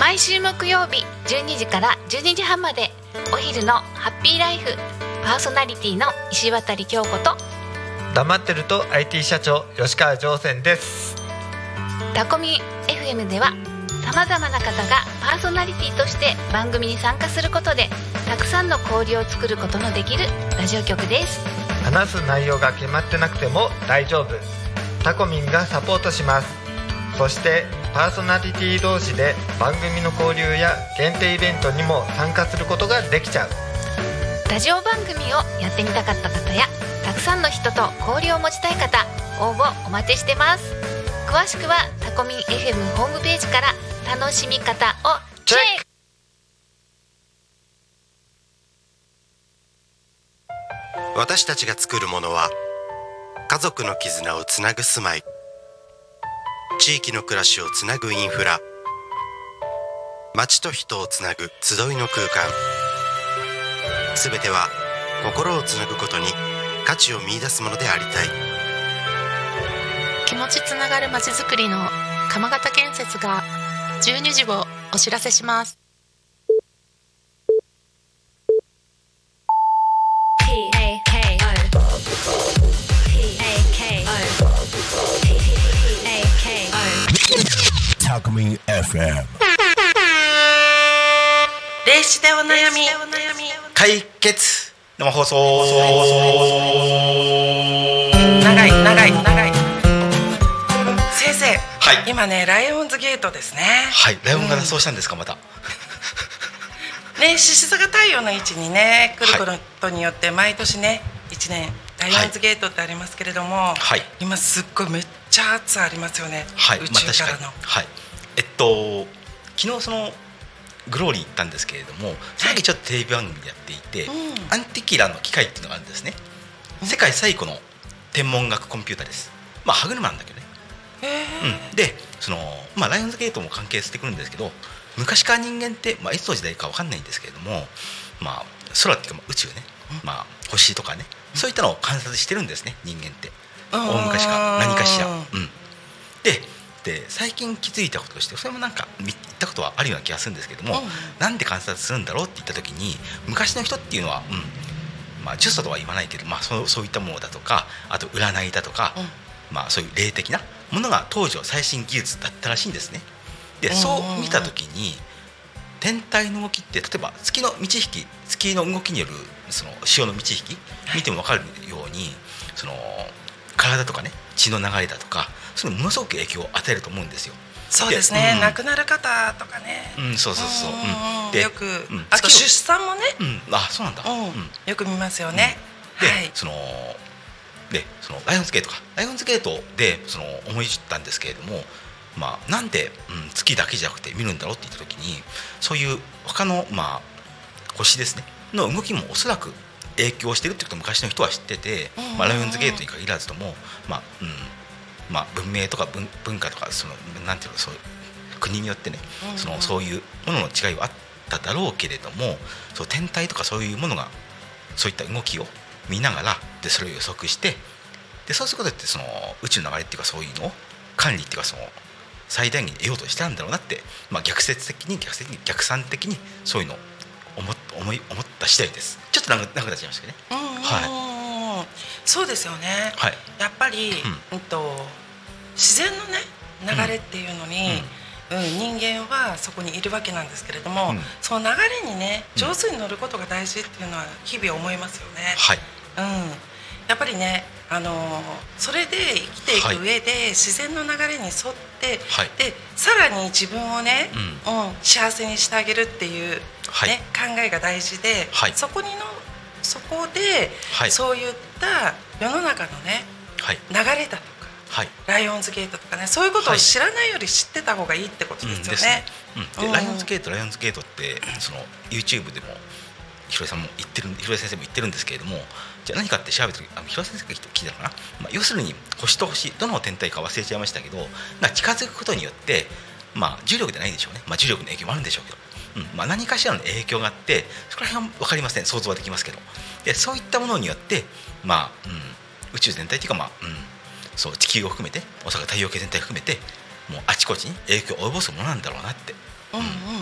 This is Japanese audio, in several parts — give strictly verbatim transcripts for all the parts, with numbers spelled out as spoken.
毎週木曜日じゅうにじからじゅうにじはんまで、お昼のハッピーライフパーソナリティの石渡京子と、 黙ってると アイティー 社長吉川上泉です。 タコミ エフエム ではさまざまな方がパーソナリティとして番組に参加することで、たくさんの交流を作ることのできるラジオ局です。 話す内容が決まってなくても大丈夫、タコミンがサポートします。そしてパーソナリティ同士で番組の交流や限定イベントにも参加することができちゃう。 ラジオ番組をやってみたかった方や、たくさんの人と交流を持ちたい方、応募お待ちしてます。詳しくはタコミン エフエム ホームページから楽しみ方をチェック。 私たちが作るものは家族の絆をつなぐ住まい、地域の暮らしをつなぐインフラ、街と人をつなぐ集いの空間、すべては心をつなぐことに価値を見出すものでありたい。 気持ちつながる街づくりの鎌形建設がじゅうにじをお知らせします。 タコミン エフエム。 霊視でお悩み解決生放送。 長い長い長い。先生、 はい、 今ねライオンズゲートですね。 はい、ライオンが脱走したんですか、うん、またね、獅子座が太陽の位置にね来ることによって、はい、毎年ねいちねんライオンズゲートってありますけれども、はい、今すっごいめっちゃ圧ありますよね、はい、宇宙からの、まあ、 はい、えっと昨日そのグローリー行ったんですけれども、さっきちょっとテレビ番組でやっていて、はい、アンティキラの機械っていうのがあるんですね、うん、世界最古の天文学コンピューターです。まあ歯車なんだけどね、うん、でその、まあ、ライオンズゲートも関係してくるんですけど、昔から人間って、まあ、いつの時代か分かんないんですけれども、まあ、空っていうか宇宙ね、まあ、星とかね、そういったのを観察してるんですね、人間って。大昔から何かしら、うん、で, で最近気づいたこととして、それもなんか言ったことはあるような気がするんですけども、うん、なんで観察するんだろうって言った時に、昔の人っていうのは、うんまあ、呪詛とは言わないけど、まあ、そう, そういったものだとか、あと占いだとか、うんまあ、そういう霊的なものが当時は最新技術だったらしいんですね。でそう見た時に、天体の動きって、例えば月の満ち引き、月の動きによるその潮の満ち引き見ても分かるように、その体とかね、血の流れだとか、それものすごく影響を与えると思うんですよ。 そうですね、うん、亡くなる方とかね、 うん、そうそうそう、 うん、でよく、うん、あと出産もね、 うん、あ、そうなんだ、 うんうん、よく見ますよね、 うん、で、 はい、 そのでそのライオンズゲートかライオンズゲートでその思い知ったんですけれども、まあ、なんで、うん、月だけじゃなくて見るんだろうって言った時に、そういう他の、まあ、星ですねの動きもおそらく影響してるってことを昔の人は知ってて、まあ、ライオンズゲートに限らずとも、まあうんまあ、文明とか 文, 文化とかそのなんていうの、そういう国によってね、そのそういうものの違いはあっただろうけれども、そう天体とかそういうものがそういった動きを見ながら、でそれを予測して、でそうすることってその宇宙の流れっていうか、そういうのを管理っていうか、その最大限に得ようとしてたんだろうなって、まあ、逆説的に逆説的に逆算的にそういうのを 思, 思, い思った次第です。ちょっと長くなっちゃいましたけどね、 うんうんうん、はい、そうですよね、はい、やっぱり、うんうん、と自然のね流れっていうのに、うんうん、人間はそこにいるわけなんですけれども、うん、その流れにね上手に乗ることが大事っていうのは日々思いますよね、はい、うん、やっぱりね、あのー、それで生きていく上で、はい、自然の流れに沿って、はい、でさらに自分をね、うんうん、幸せにしてあげるっていう、ね、はい、考えが大事で、はい、そこにのそこで、はい、そういった世の中のね、はい、流れだとか、はい、ライオンズゲートとかね、そういうことを知らないより知ってた方がいいってことですよね。 ライオンズゲートライオンズゲートってその YouTube でも広井さんも言ってる、広井先生も言ってるんですけれども、じゃあ何かって調べた時、あの広井先生が聞いたのかな、まあ、要するに星と星どの天体か忘れちゃいましたけど、が近づくことによって、まあ、重力でないでしょうね、まあ、重力の影響もあるんでしょうけど、うんまあ、何かしらの影響があって、そこら辺は分かりません、想像はできますけど、でそういったものによって、まあうん、宇宙全体というか、まあうん、そう地球を含めて、おそらく太陽系全体を含めて、もうあちこちに影響を及ぼすものなんだろうなって、うんうんうん、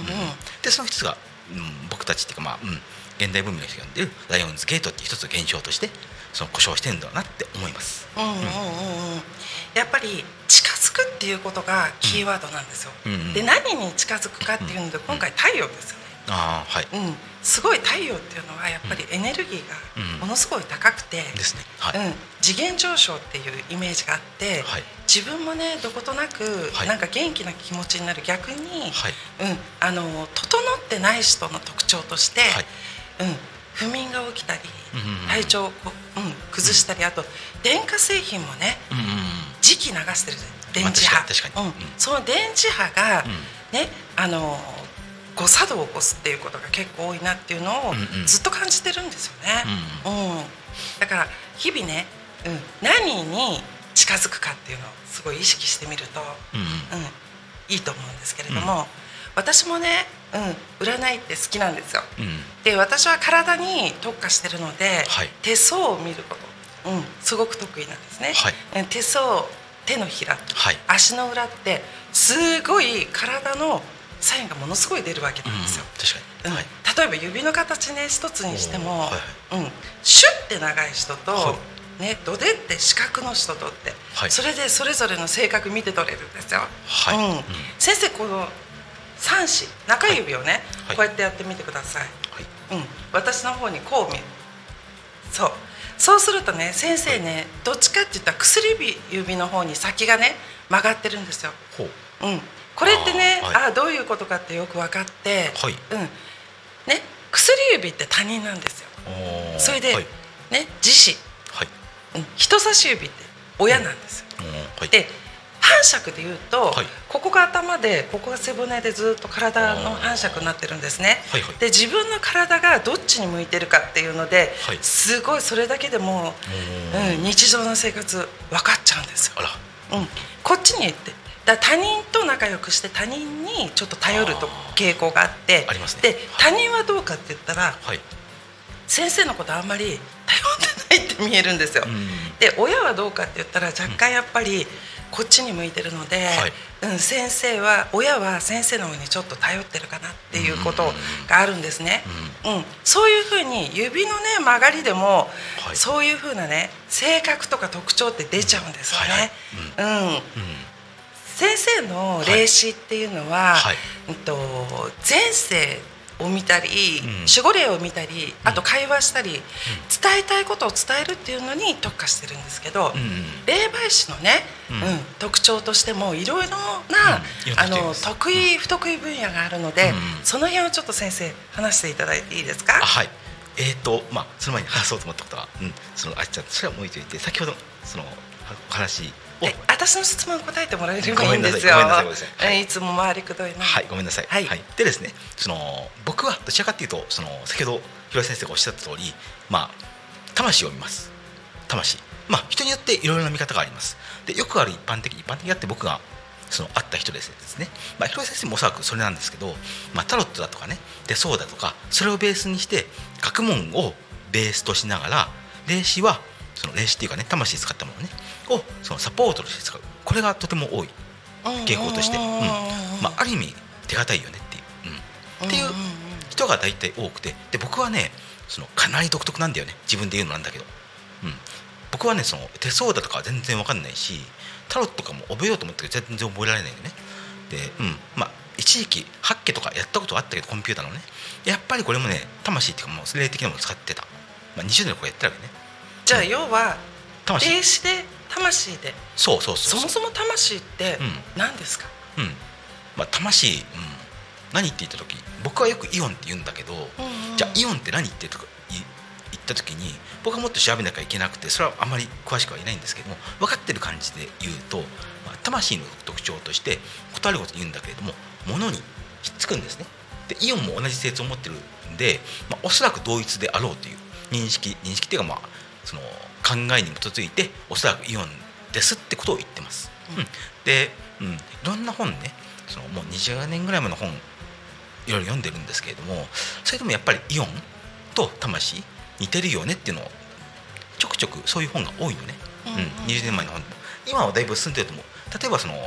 でその一つが、うん、僕たちっていうか、まあうん、現代文明の人が呼んでるライオンズゲートっていう一つの現象としてその故障してるんだろうなって思います。 うんうんうんうん、やっぱり近づくっていうことがキーワードなんですよ、うんうん、で何に近づくかっていうので今回太陽ですよね。 あ、はい、 うん、すごい太陽っていうのはやっぱりエネルギーがものすごい高くて、 ですね、はい、 うん、次元上昇っていうイメージがあって、はい、自分もねどことなくなんか元気な気持ちになる、逆に、はい、うん、あの整ってない人の特徴として、はい、うん、不眠が起きたり、体調を、うん、崩したり、あと電化製品もね、うんうんうん、磁気流してる電磁波、 確かに、うん、 その電磁波が、うん、ね、あの誤作動を起こすっていうことが結構多いなっていうのをずっと感じてるんですよね、うんうん、だから日々ね、うん、何に近づくかっていうのをすごい意識してみると、うんうんうん、いいと思うんですけれども、うん、私もね、うん、占いって好きなんですよ、うん、で私は体に特化してるので、はい、手相を見ること、うん、すごく得意なんですね、はい、手相、手のひら、はい、足の裏ってすごい体のサインがものすごい出るわけなんですよ、うん、確かに、はい、例えば指の形ね一つにしても、はい、うん、シュッて長い人と、はい、ね、ドデって四角の人とって、はい、それでそれぞれの性格見て取れるんですよ、はい、うんうん、先生このさん子中指をね、はい、こうやってやってみてください、はい、うん、私の方にこう見る、そうそうするとね先生ね、はい、どっちかって言ったら薬指の方に先がね曲がってるんですよ、ほう、うん、これってね、あ、はい、あ、どういうことかってよく分かって、はい、うん、ね、薬指って他人なんですよ。それで、はい、ね、自死、はい、うん、人差し指って親なんですよ、はい、で反射でいうと、はい、ここが頭でここが背骨でずっと体の反射になってるんですね、はいはい、で自分の体がどっちに向いてるかっていうので、はい、すごいそれだけでも、うん、日常の生活分かっちゃうんですよ。あら、うん、こっちに行ってだ他人と仲良くして他人にちょっと頼ると傾向があってありますね、で他人はどうかって言ったら、はい、先生のことあんまり頼ってないって見えるんですよ、うん、で親はどうかって言ったら若干やっぱりこっちに向いてるので、はい、うん、先生は親は先生の方にちょっと頼ってるかなっていうことがあるんですね、うんうん、そういうふうに指のね曲がりでも、はい、そういうふうなね性格とか特徴って出ちゃうんですよね、うん、うんうん、先生の霊視っていうのは、はい、うんと、前世を見たり、うん、守護霊を見たり、あと会話したり、うん、伝えたいことを伝えるっていうのに特化してるんですけど、うん、霊媒師のね、うんうん、特徴としてもいろいろな、うん、あの得意不得意分野があるので、うん、その辺をちょっと先生話していただいていいですか？ はい、えーとまあ、その前に話そうと思ったことは、うん、そのあっちゃんそれはもう一度言って、先ほどその話私の質問答えてもらえればいいんですよ。ごめんなさい、ごめんなさい、いつも回りくどいな。 はい、ごめんなさい、はいはい、でですね、その僕はどちらかというとその先ほど広井先生がおっしゃった通り、まあ、魂を見ます。魂、まあ、人によっていろいろな見方があります。でよくある一般的一般的だって僕がその会った人ですね、まあ、広井先生もおそらくそれなんですけど、まあ、タロットだとかね、手相だとか、それをベースにして学問をベースとしながら、霊視はその霊視っていうかね、魂使ったものねをそのサポートとして使う、これがとても多い傾向として、うん、まあ、ある意味手堅いよねっていう、うん、っていう人が大体多くて、で僕はねそのかなり独特なんだよね、自分で言うのなんだけど、うん、僕はねその手相だとかは全然分かんないし、タロットとかも覚えようと思ったけど全然覚えられないよね。で、うん、まあ一時期八卦とかやったことあったけど、コンピューターのね、やっぱりこれもね魂っていうかもう霊的なものを使ってた、まあ、にじゅうねんこれやってるわけね。 じゃあ要は霊視で魂で、 そうそうそうそう、 そもそも魂って何ですか？ うん、うん、まあ、魂、うん、何って言った時、僕はよくイオンって言うんだけど、うんうん、じゃあイオンって何って言った時に僕はもっと調べなきゃいけなくて、それはあんまり詳しくはいないんですけども、分かってる感じで言うと、まあ、魂の特徴としてことあること言うんだけれども、物にひっつくんですね。でイオンも同じ性質を持ってるんで、まあ、おそらく同一であろうという認識認識っていうか、まあその考えに基づいておそらくイオンですってことを言ってます、うん、で、うん、いろんな本ね、そのもうにじゅうねんぐらい前の本いろいろ読んでるんですけれども、それでもやっぱりイオンと魂似てるよねっていうのをちょくちょくそういう本が多いのね、うんうん、にじゅうねんまえの本でも今はだいぶ進んでると思う。例えばその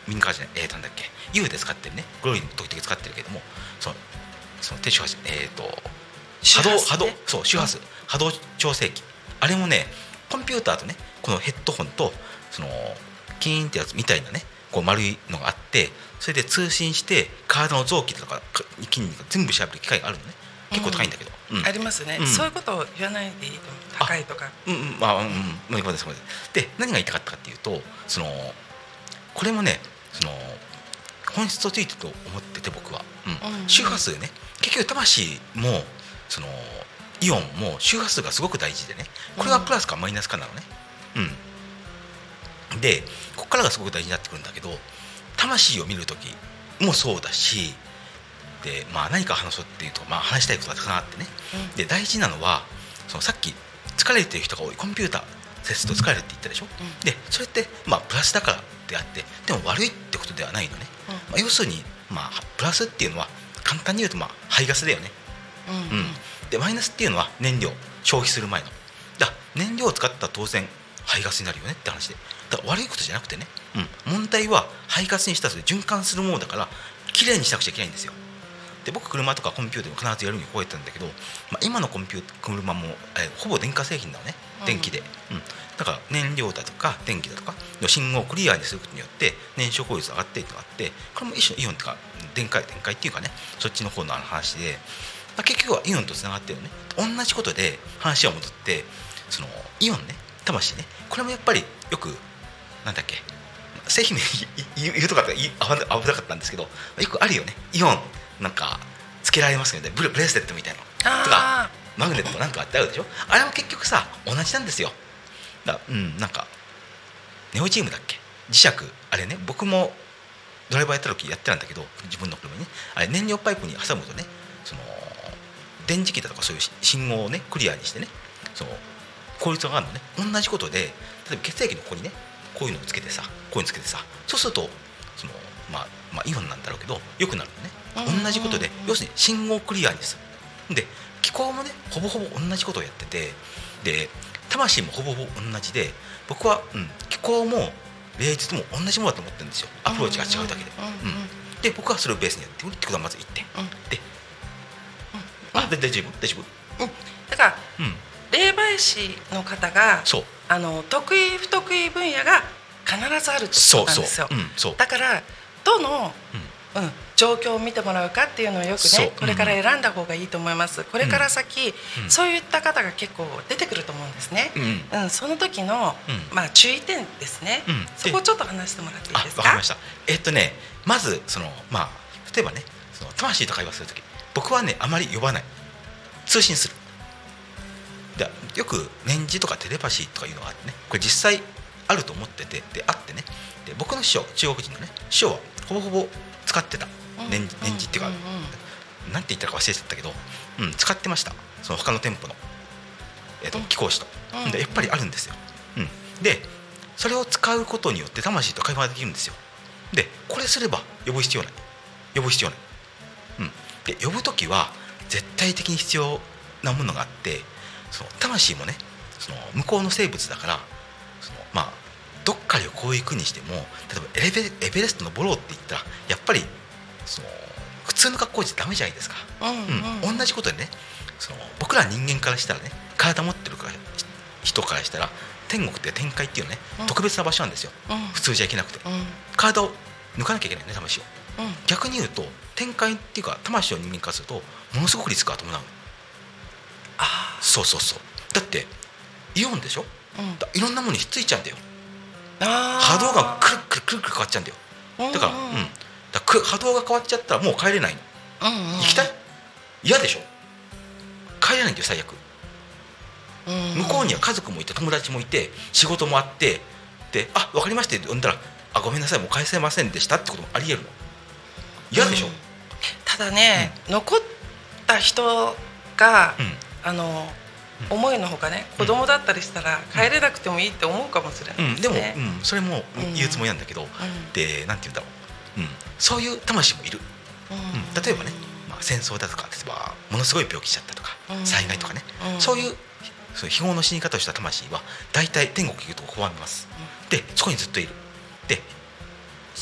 民間じゃない、えー、なんだっけ U で使ってるね、グローリーの時々使ってるけども、そのその低周波、えー、と波動波動そう周波数、うん、波動調整器、あれもねコンピューターとねこのヘッドホンとそのキーンってやつみたいなねこう丸いのがあって、それで通信して体の臓器とか筋肉全部調べる機械があるのね。結構高いんだけど、 うんうん、ありますね、うん、そういうことを言わないでいいと思う。高いとか、 うんうん、まあうんうん、で何が言いたかったかっていうと、そのこれもねその本質をついてると思ってて僕は、うんうんうん、周波数ね、結局魂もそのイオンも周波数がすごく大事でね、これがプラスかマイナスかなのね、うん、でここからがすごく大事になってくるんだけど、魂を見るときもそうだし、で、まあ、何か話そうっていうと、まあ、話したいことがたくさんあってね、うん、で大事なのはそのさっき疲れてる人が多い、コンピューター接すると疲れるって言ったでしょ、うん、でそれって、まあ、プラスだからであって、でも悪いってことではないのね、うん、まあ、要するに、まあ、プラスっていうのは簡単に言うと、まあ、排ガスだよね、うんうんうん、でマイナスっていうのは燃料、消費する前のだ燃料を使ったら当然排ガスになるよねって話で、だから悪いことじゃなくてね、うん、問題は排ガスにしたらそれ循環するものだからきれいにしなくちゃいけないんですよ。で僕車とかコンピューターも必ずやるように覚えてたんだけど、まあ、今のコンピューター車も、えー、ほぼ電化製品だよね、電気で、うん、だから燃料だとか電気だとかの信号をクリアにすることによって燃焼効率が上がっていくのがあって、これも一種のイオンとか電解電解っていうかね、そっちの方の話で、まあ、結局はイオンとつながってるのね。同じことで話は戻って、そのイオンね、魂ね、これもやっぱりよくなんだっけ製品名言うとかって危なかったんですけど、よくあるよね、イオンなんかつけられますよね、ブレスレットみたいなとかマグネットなんかってあるでしょ。あれも結局さ同じなんですよ。だ、うん、なんかネオチームだっけ、磁石あれね、僕もドライバーやった時やってたんだけど、自分の車にね、あれ燃料パイプに挟むとね、その電磁気だとかそういう信号をねクリアにしてね、その効率が上がるのね。同じことで、例えば血液のここにねこういうのをつけてさ、こういうのつけてさ、そうするとその、まあ、まあイオンなんだろうけど良くなるのね。同じことで、要するに信号をクリアにする。で気候もねほぼほぼ同じことをやってて、で魂もほぼほぼ同じで、僕は、うん、気候も霊術も同じものだと思ってるんですよ。アプローチが違うだけで、うんうん、で僕はそれをベースにやってるってことはまず言って、うん、で、うん、あで大丈夫大丈夫、うん、 だから、うん、霊媒師の方がそうあの得意不得意分野が必ずあるってことなんですよ。 そうそう、うん、そうだからどの、うんうん、状況を見てもらうかっていうのをよくねこれから選んだ方がいいと思います。これから先、うん、そういった方が結構出てくると思うんですね、うんうん、その時の、うんまあ、注意点ですね、うん、そこをちょっと話してもらっていいですか。 わかりました。えっとねまずその、まあ、例えばねその魂と会話する時、僕はねあまり呼ばない、通信する。でよく念じとかテレパシーとかいうのがあってね、これ実際あると思ってて、であってね、で僕の師匠、中国人のね師匠はほぼほぼ使ってた念じ、念じっていうか、うんうんうん、なんて言ったか忘れちゃったけど、うん、使ってました。その他の店舗の、えーと、貴公子と、うん、でやっぱりあるんですよ、うん、でそれを使うことによって魂と会話ができるんですよ。でこれすれば呼ぶ必要ない呼ぶ必要ない、うん、で呼ぶときは絶対的に必要なものがあって、その魂もねその向こうの生物だから、そのまあどっかでこう行くにしても、例えばエベ、エベレスト登ろうって言ったらやっぱりその普通の格好じゃダメじゃないですか、うんうんうん、同じことでね、その僕ら人間からしたらね、体持ってるから人からしたら天国って天界っていうね、うん、特別な場所なんですよ、うん、普通じゃいけなくて、うん、体を抜かなきゃいけないね、魂を、うん、逆に言うと天界っていうか魂を人間からするとものすごくリスクが伴う。あそうそうそう、だってイオンでしょ、うん、いろんなものにひっついちゃうんだよ。波動がくるくるくるくる変わっちゃうんだよ。だから、うんうん、だから波動が変わっちゃったらもう帰れないの、うんうん、行きたい嫌でしょ、帰れないんだよ最悪、うんうん、向こうには家族もいて友達もいて仕事もあって、であ分かりましたって呼んだら、あごめんなさいもう返せませんでしたってこともありえるの。嫌でしょ、うん、 ただね、うん、残った人が、うん、あの思いのほかね、子供だったりしたら帰れなくてもいいって思うかもしれないですね、 うん、でも、うん、それも言うつもりなんだけど、うん、でなんて言うんだろう、うん、そういう魂もいる、うんうん、例えばね、まあ、戦争だとか例えばものすごい病気しちゃったとか、うん、災害とかね、うん、そういうそういう非業の死に方をした魂は大体天国行くと拒みます、うん、でそこにずっといる。で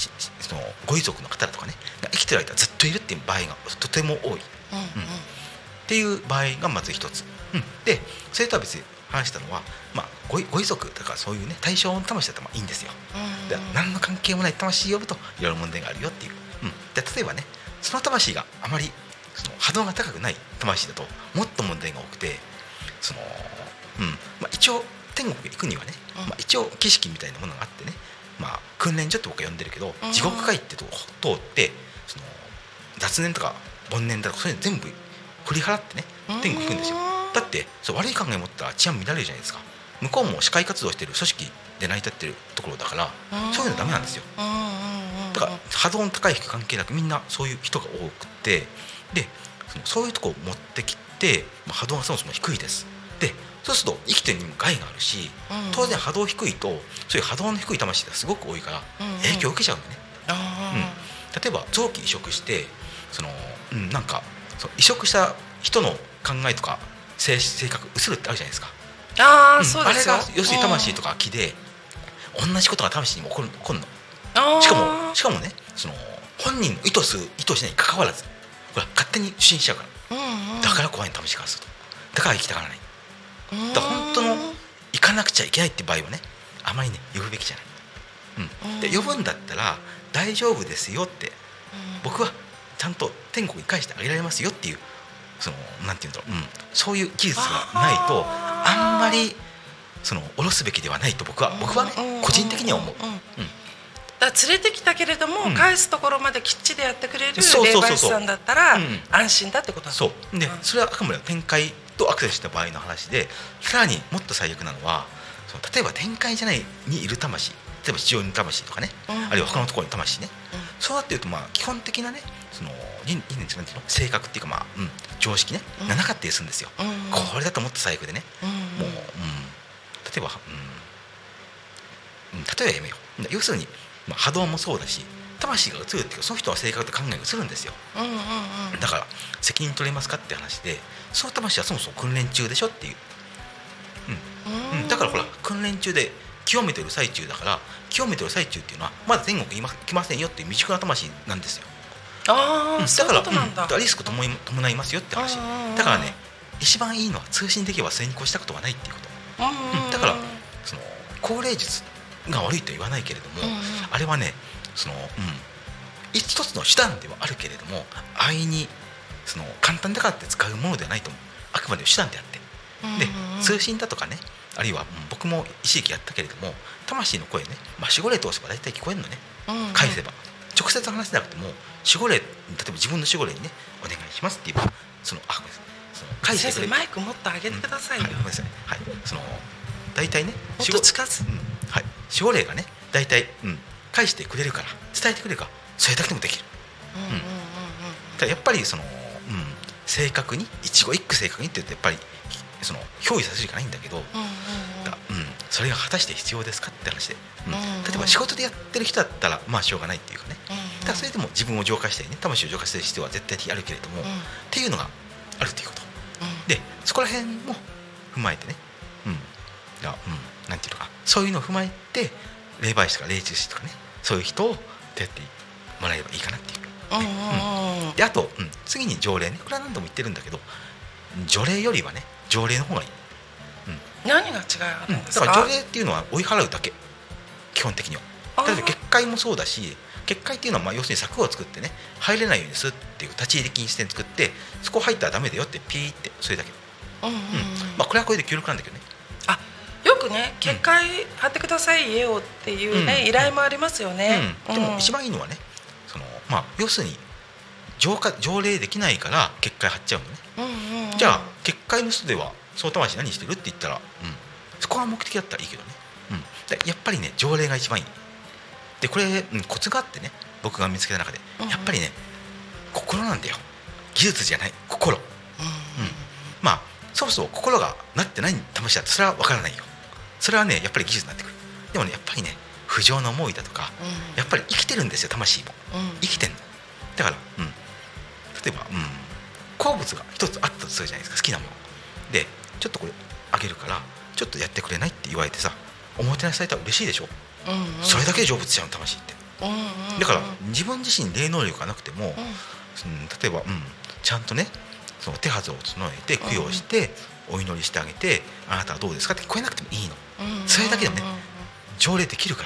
そのご遺族の方とかねが生きてる間ずっといるっていう場合がとても多い、うんうん、っていう場合がまず一つ、うん、でそれとは別に話したのは、まあ、ご, ご遺族とかそういうね対象の魂だったらまあいいんですよ、うんうん、で何の関係もない魂を呼ぶといろいろ問題があるよっていう、うん、で例えばねその魂があまりその波動が高くない魂だともっと問題が多くてその、うんまあ、一応天国に行くにはね、うんまあ、一応儀式みたいなものがあってね、まあ、訓練所って僕は呼んでるけど、うん、地獄界ってとこ通ってその雑念とか煩念とかそういうの全部振り払ってね天国行くんですよ。だってそう悪い考え持ったら治安乱れるじゃないですか。向こうも社会活動してる組織で成り立ってるところだからそういうのダメなんですよ。だから波動の高い低関係なくみんなそういう人が多くてで そ, のそういうとこを持ってきて、まあ、波動がそもそも低いです。でそうすると生きてるにも害があるし当然波動低いとそういう波動の低い魂がすごく多いから影響を受けちゃうんだね、うん、例えば臓器移植してその、うん、なんかそう移植した人の考えとか 性, 性格薄るってあるじゃないですか。 あ、うん、そうですよ。 あれが要するに魂とか気で同じことが魂にも起こる, 起こるの。しかもしかもねその本人の意図する意図しないに関わらずほら勝手に受信しちゃうから、うんうん、だから怖いの魂からするとだから生きたがらない。だから本当の行かなくちゃいけないって場合はねあまりね呼ぶべきじゃない、うん、で呼ぶんだったら大丈夫ですよって僕はちゃんと天国に返してあげられますよっていうそのなんていうんだろう、うん、そういう技術がないとあんまりその下ろすべきではないと僕は僕はね個人的には思う、うんうん、 だから連れてきたけれども、うん、返すところまできっちりやってくれる霊媒師さんだったら安心だってことだ。 そうで、うん、それはあくまで展開とアクセスした場合の話でさらにもっと最悪なのはその例えば天界じゃないにいる魂例えば地上にいる魂とかね、うん、あるいは他のところに魂ね、うん、そうなっていうとまあ基本的なねその人間の性格っていうかまあ、うん、常識ね、うん、なかったりするんですよ、うん、これだともっと最悪でね、うん、もう、うん、例えば、うん、例えばやめよう要するに、まあ、波動もそうだし魂が移るっていうかその人の性格と考えが移るんですよ、うんうんうん、だから責任取れますかって話でその魂はそもそも訓練中でしょっていう、うんうん、だからほら訓練中で清めてる最中だから清めてる最中っていうのはまだ天国に来ませんよっていう未熟な魂なんですよ。 あ、うん、だから、 そういうことなんだ、 うん、リスクとも伴いますよって話だからね一番いいのは通信できればそれに越したことはないっていうこと、うん、だからその高齢術が悪いとは言わないけれども、うんうん、あれはねその、うん、一つの手段ではあるけれども安易にその簡単だからって使うものではないと思う。あくまで手段であって、うんうん、で通信だとかねあるいは、うん、僕も一時期やったけれども魂の声ね、まあ、守護霊通せば大体聞こえるのね、うんうん、返せば直接話せなくても守護霊例えば自分の守護霊にねお願いしますっていうそのあごめんなさいその返してくれる先生マイクもっと上げてくださいよ、うんはい、ごめんなさい、はい、その大体ねもっと近づ、 うんはい、守護霊がね大体、うん、返してくれるから伝えてくれるからそれだけでもできる、うんうんうんうん、やっぱりその、うん、正確に一語一句正確にって言うとやっぱりその憑依させるしかないんだけど、うんうんうんだうん、それが果たして必要ですかって話で、うんうんうん、例えば仕事でやってる人だったらまあしょうがないっていうかね、うんうん、だからそれでも自分を浄化したりね魂を浄化する必要は絶対的にあるけれども、うん、っていうのがあるということ、うん、でそこら辺も踏まえてね、うんだうん、なんていうのかそういうのを踏まえて霊媒師とか霊術師とかねそういう人を手やってもらえればいいかなっていう、ねうんうん、であと、うん、次に条例ねこれは何度も言ってるんだけど除霊よりはね条例の方がいい、 うん、何が違いあるんですか、 うん、だから条例っていうのは追い払うだけ基本的には例えば結界もそうだし結界っていうのはまあ要するに柵を作ってね入れないようにするっていう立ち入り禁止点作ってそこ入ったらダメだよってピーってそれだけ、うんうんうんまあ、これはこれで協力なんだけどねあよくね結界張ってください家をっていうね、うん、依頼もありますよね、 うんうん、でも一番いいのはねその、まあ、要するに浄化条例できないから結界張っちゃうのね、うんうんうん、じゃあ結界の人ではその魂何してるって言ったら、うん、そこは目的だったらいいけどね、うん、でやっぱりね条例が一番いいでこれ、うん、コツがあってね僕が見つけた中で、うんうん、やっぱりね心なんだよ技術じゃない心、うんうん、まあそもそも心がなってない魂だとそれは分からないよそれはねやっぱり技術になってくるでもねやっぱりね不浄の思いだとか、うん、やっぱり生きてるんですよ魂も、うん、生きてんのだから、うん、例えば、うん、好物が一つあったとするじゃないですか好きなものでちょっとこれあげるからちょっとやってくれないって言われてさおもてなしされたら嬉しいでしょ、うんうん、それだけで成仏しちゃうの魂って、 だから自分自身霊能力がなくても、うん、例えば、うん、ちゃんとねその手はずを整えて供養してお祈りしてあげて、うん、あなたはどうですかって聞こえなくてもいいの、うん、それだけでもね条例できるから、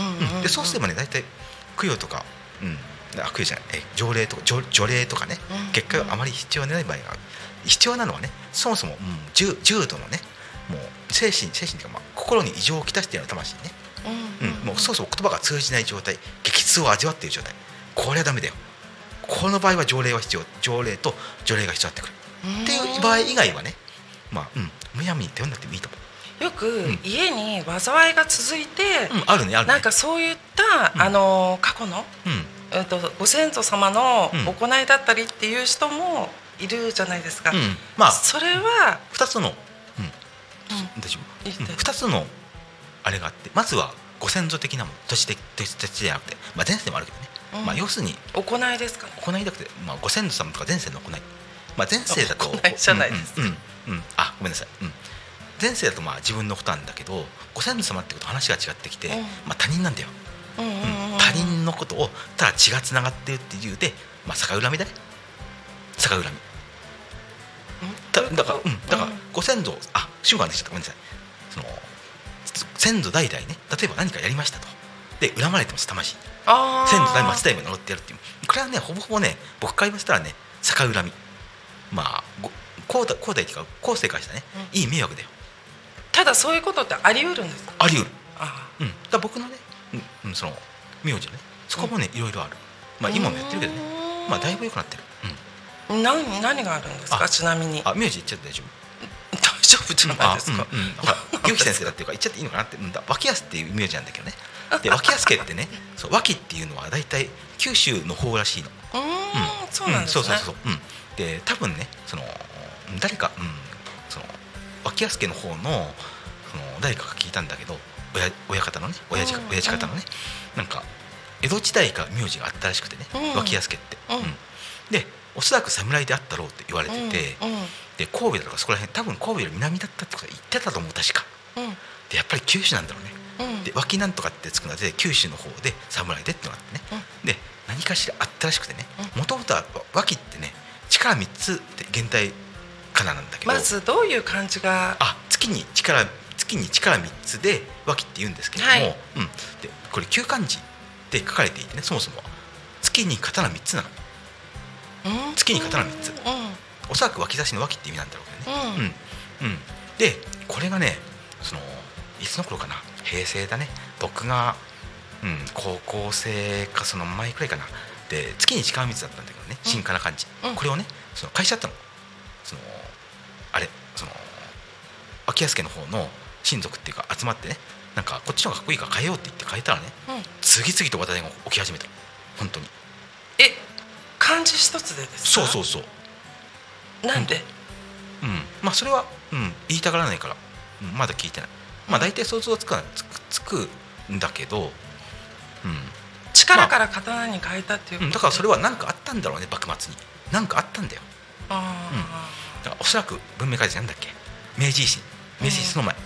うんうん、でそうすればね大体供養とか、うん、供養じゃないえ条例とか除霊とかね、うん、結果があまり必要ない場合がある。必要なのはねそもそも、うん、重, 重度のねもう精神精神というか、まあ、心に異常をきたしている魂ね、うんうんうん、もうそもそも言葉が通じない状態激痛を味わっている状態これはダメだよ。この場合は条例は必要条例と除霊が必要になってくるっていう場合以外はねまあうんむやみに頼んなくてもいいと思う。 よく家に災いが続いて、 うん、あるねあるねなんかそういった、うん、あの過去の、うんえっと、ご先祖様の行いだったりっていう人もいるじゃないですか、うんまあ、それはふたつの、うんうん、大丈夫、うん、ふたつのあれがあってまずはご先祖的なもの都市的都市的じゃなくて、まあ、前世でもあるけどね、うんまあ、要するに行いですかね行いだくて、まあ、ご先祖様とか前世の行い、まあ、前世だと行いじゃないですか、うんうんうん、あごめんなさい、うん、前世だとまあ自分のことなんだけどご先祖様ってこと話が違ってきて、うんまあ、他人なんだよ、うんうんうんうん、他人のことをただ血がつながっているっていう理由で、まあ、逆恨みだね逆恨みだ, だから、うん、だからご先祖あ瞬間でしたごめんなさいその先祖代々ね例えば何かやりましたとで恨まれてます魂あ先祖代々末代まで呪ってやるっていうこれはねほぼほぼね僕から言いましたらね逆恨みまあ後代後代っていうか後世からしたらね、うん、いい迷惑だよ。 ただそういうことってあり得るんですか。 あり得るあ、うん、だから僕のね、うん、その名字ねそこもね、うん、いろいろあるまあ今もやってるけどねまあだいぶ良くなってる、 うん、何, 何があるんですかちなみに。 あ名字言っちゃって大丈夫大丈夫じゃないですか。 牛木先生だっていうか言っちゃっていいのかなって脇安っていう名字なんだけどねで脇安家ってねそう脇っていうのは大体九州の方らしいの。 うん、うん、そうなんですね、うん、そうそうそう、うん、 で多分ねその誰か、うん、その脇安家の方の、その誰かが聞いたんだけど 親, 親方のね親父、親父方のねなんか江戸時代から名字があったらしくてね、うん、脇安家って、うんうん、でおそらく侍であったろうって言われてて、うんうん、で神戸だとかそこら辺多分神戸より南だったってことは言ってたと思う確か、うん、でやっぱり九州なんだろうね、うん、で脇なんとかってつくので九州の方で侍でってのがあってね、うん、で何かしらあったらしくてねもともとは脇ってね力みっつって現代かななんだけどまずどういう漢字があ月に力月に力みっつで脇って言うんですけれども、はいうん、でこれ旧漢字って書かれていてねそもそも月に刀みっつなの、うん、月に刀みっつ、うん、おそらく脇差しの脇って意味なんだろうけどね、うんうんうん、でこれがねそのいつの頃かな平成だね僕が、うん、高校生かその前くらいかなで月に力みっつだったんだけどね新かな漢字、うん、これをねその会社だったのそのあれその脇安家の方の親族っていうか集まってねなんかこっちの方がかっこいいから変えようって言って変えたらね、うん、次々と話題が起き始めた本当にえ漢字一つでですか。 そうそうそうなんで、 うん、うん、まあそれは、うん、言いたがらないから、うん、まだ聞いてないまあ大体想像はつくつくつくんだけど、うん、 力から刀に変えたっていう、 まあうん、だからそれは何かあったんだろうね幕末に何かあったんだよあ、うん、だからおそらく文明開化なんだっけ明治維新明治維新の前、うん、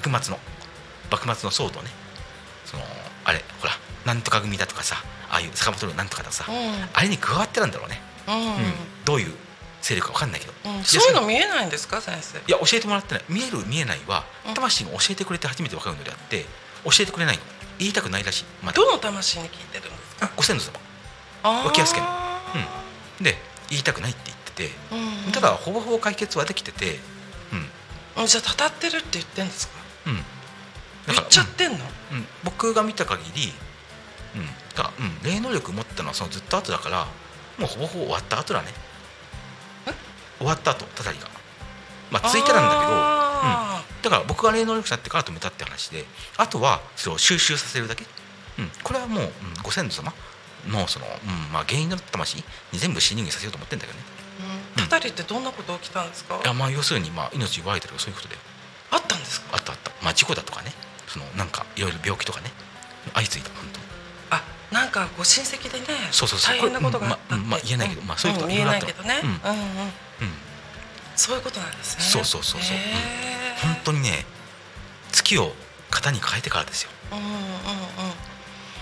幕末の幕末の騒動ねそのあれほらなんとか組だとかさああいう坂本龍なんとかだとさ、うん、あれに加わってたんだろうね、うんうん、どういう勢力か分かんないけど、 うん、そういうの見えないんですか先生。 いや教えてもらってない見える見えないは魂が教えてくれて初めて分かるのであって教えてくれないの言いたくないらしい、 ま、どの魂に聞いてるんですか。 ご先祖様脇安家の、うん、で言いたくないって言ってて、うん、ただほぼほぼ解決はできてて、 うん、じゃあたたってるって言ってんですか。うんだから言っちゃってんの、 うんうん、僕が見た限り、うんだからうん、霊能力持ったのはそのずっと後だからもうほぼほぼ終わった後だね終わった後たたりがまあついてたんだけど、うん、だから僕が霊能力者になってから止めたって話であとはそれを収集させるだけ、うん、これはもう、うん、ご先祖様のその、うんまあ、原因の魂に全部死人にさせようと思ってるんだけどね、 うん、たたりってどんなこと起きたんですか。 いやまあ要するに、まあ、命奪われたりそういうことであったんですか。 あったあった、まあ、事故だとかねそのなんかいろいろ病気とかね相次いだ本当あなんかご親戚でねそうそうそう大変なことがあったって、 まあまあ、言えないけど、うん、まあそういうことは言えないけどね、うんうんうん、 うんそういうことなんですね。 そうそうそうそう、うん、本当にね月を型に変えてからですよ。うんうんうん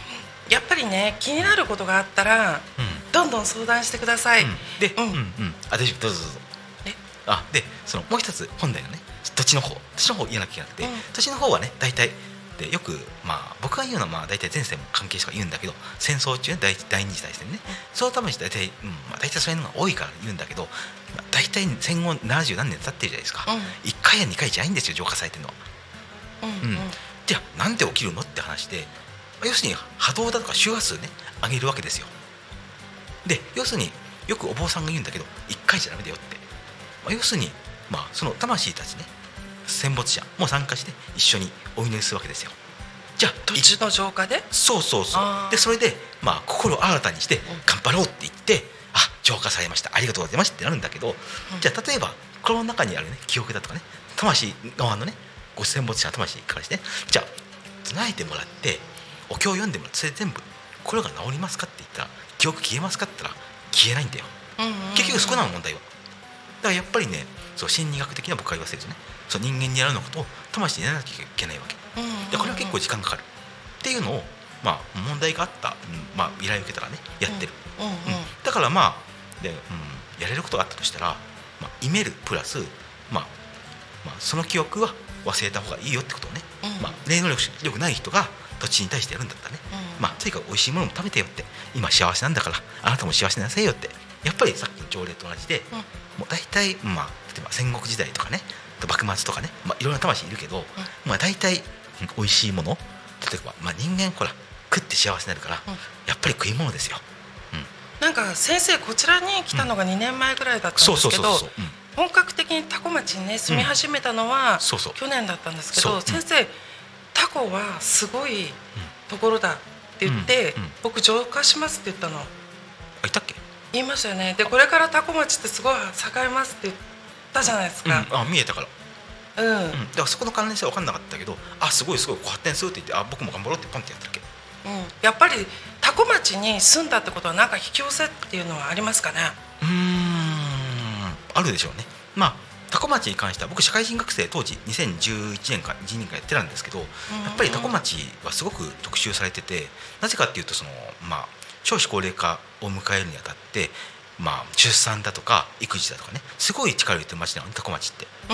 やっぱりね気になることがあったら、うん、どんどん相談してください、うん、 で、うんうんうん、あ、大丈夫、どうぞどうぞ。あでそのもう一つ本題のね土地の方土地の方言わなきゃいけなくて、うん、土地の方はね大体でよく、まあ、僕が言うのはまあ大体前世も関係者が言うんだけど、戦争中、ね、第, 第二次大戦ね、うん、そのために大体、うんまあ、大体そういうのが多いから言うんだけど、まあ、大体戦後ななじゅうなんねん経ってるじゃないですか、うん、いっかいやにかいじゃないんですよ浄化されてるのは、うんうん、じゃあなんで起きるのって話で、要するに波動だとか周波数ね上げるわけですよ。で要するによくお坊さんが言うんだけどいっかいじゃダメだよって、まあ、要するに、まあ、その魂たちね戦没者も参加して一緒にお祈りするわけですよ。じゃあ土地の浄化でそうそうそうでそれで、まあ、心を新たにして頑張ろうって言って、うん、あ浄化されましたありがとうございますってなるんだけど、うん、じゃあ例えばこの中にあるね記憶だとかね魂側のねご戦没者の魂からしてね、じゃあ唱えてもらってお経を読んでもらってそれ全部心が治りますかって言ったら記憶消えますかって言ったら消えないんだよ、うんうんうんうん、結局そこなの問題は。だからやっぱりねそう心理学的な僕は言わせるとねそう人間にやるのことを魂にやらなきゃいけないわけ、うんうんうん、でこれは結構時間かかるっていうのを、まあ、問題があった、うんまあ、依頼を受けたらねやってる、うんうんうん、だからまあで、うん、やれることがあったとしたら、まあ、イメルプラス、まあまあ、その記憶は忘れた方がいいよってことをね、うんまあ、霊能力力ない人が土地に対してやるんだったらね、うんまあ、とにかく美味しいものも食べてよって今幸せなんだからあなたも幸せになさいよってやっぱりさっきの条例と同じで、うん、もう大体、まあ、例えば戦国時代とかね幕末とかね、まあ、いろんな魂いるけど、うんまあ、大体、うん、美味しいもの例えば、まあ、人間ほら食って幸せになるから、うん、やっぱり食い物ですよ、 うん、なんか先生こちらに来たのがにねんまえぐらいだったんですけど本格的に多古町にね住み始めたのは、うん、そうそう去年だったんですけど、先生、うん、多古はすごいところだって言って、うんうん、僕浄化しますって言ったの。 あ、言ったっけ？ 言いましたよね。でこれから多古町ってすごい栄えますって言ったじゃないですか、 うん、あ見えたからうん、 うん、だからそこの関連性は分かんなかったけどあすごいすごいこう発展するって言ってあ僕も頑張ろうってパンってやったっけ、 うん、やっぱり多古町に住んだってことはなんか引き寄せっていうのはありますかね？ うーんあるでしょうね。まあ多古町に関しては僕社会人学生当時にせんじゅういちねんかじゅうにねんかやってたんですけど、やっぱり多古町はすごく特集されてて、なぜかっていうとそのまあ少子高齢化を迎えるにあたってまあ、出産だとか育児だとかねすごい力を入れてる町なの多古町って、うん、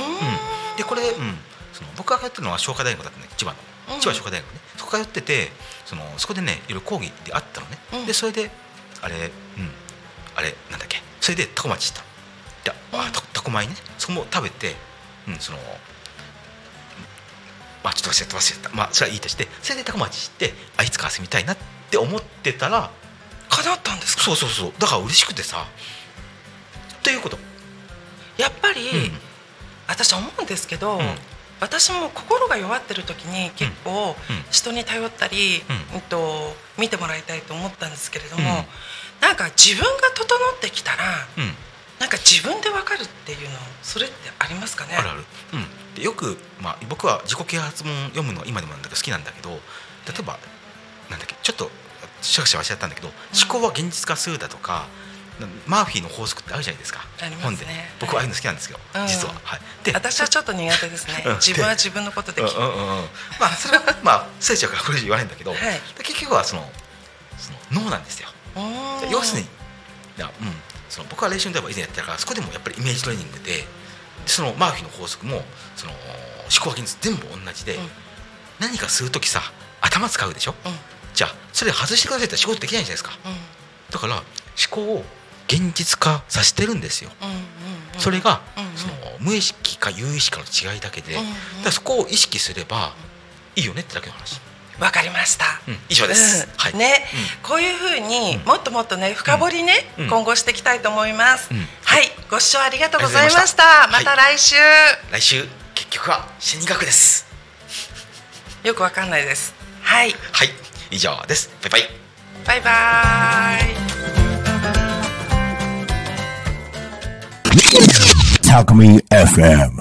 でこれ、うん、その僕が通ってるのは商科大学だったね千葉の、うん、千葉商科大学ねそこ通っててそのそこでねいろいろ講義であったのね、うん、でそれであれうんあれなんだっけそれで多古町行ったで、うん、あ多古米ねそこも食べて、うん、そのまあちょっと忘れて忘れたまあそれはいいとしてそれで多古町行ってあいつか住みたいなって思ってたら叶ったんですか？ そうそうそうだから嬉しくてさということやっぱり、うん、私思うんですけど、うん、私も心が弱ってる時に結構人に頼ったり、うんうん、と見てもらいたいと思ったんですけれども、うん、なんか自分が整ってきたら、うん、なんか自分で分かるっていうのそれってありますかね？ あるある、うん、でよく、まあ、僕は自己啓発本読むのは今でもなんだけど好きなんだけど例えばなんだっけちょっとしゃくしゃ忘れちゃったんだけど、うん、思考は現実化するだとかマーフィーの法則ってあるじゃないですか。 ありますね。 本で僕はああいうの好きなんですよ、はい、実は、はい、 で私はちょっと苦手ですね自分は自分のことで聞く、うんうんうん、 まあそれはまあスイッチだからこれ以上言わないんだけど、はい、結局はそのその脳なんですよ。要するにいや、うん、その僕は練習の例えば以前やってたからそこでもやっぱりイメージトレーニングでそのマーフィーの法則もその思考は現実全部同じで、うん、何かするときさ頭使うでしょ、うん、じゃあそれ外してくださいって仕事できないじゃないですか、うん、だから思考を現実化させてるんですよ、うんうんうん、それが、うんうん、その無意識か有意識かの違いだけで、うんうん、だからそこを意識すればいいよねってだけの話。 わかりました、 うん、以上です、 うんはい、ね、うん、こういうふうにもっともっとね深掘りね、うん、今後していきたいと思います、うん、はい、ご視聴ありがとうございました。また来週、 はい、来週結局は心理学です。 よくわかんないです。はいはい以上です。バイバイバイバイ。 タコミ エフエム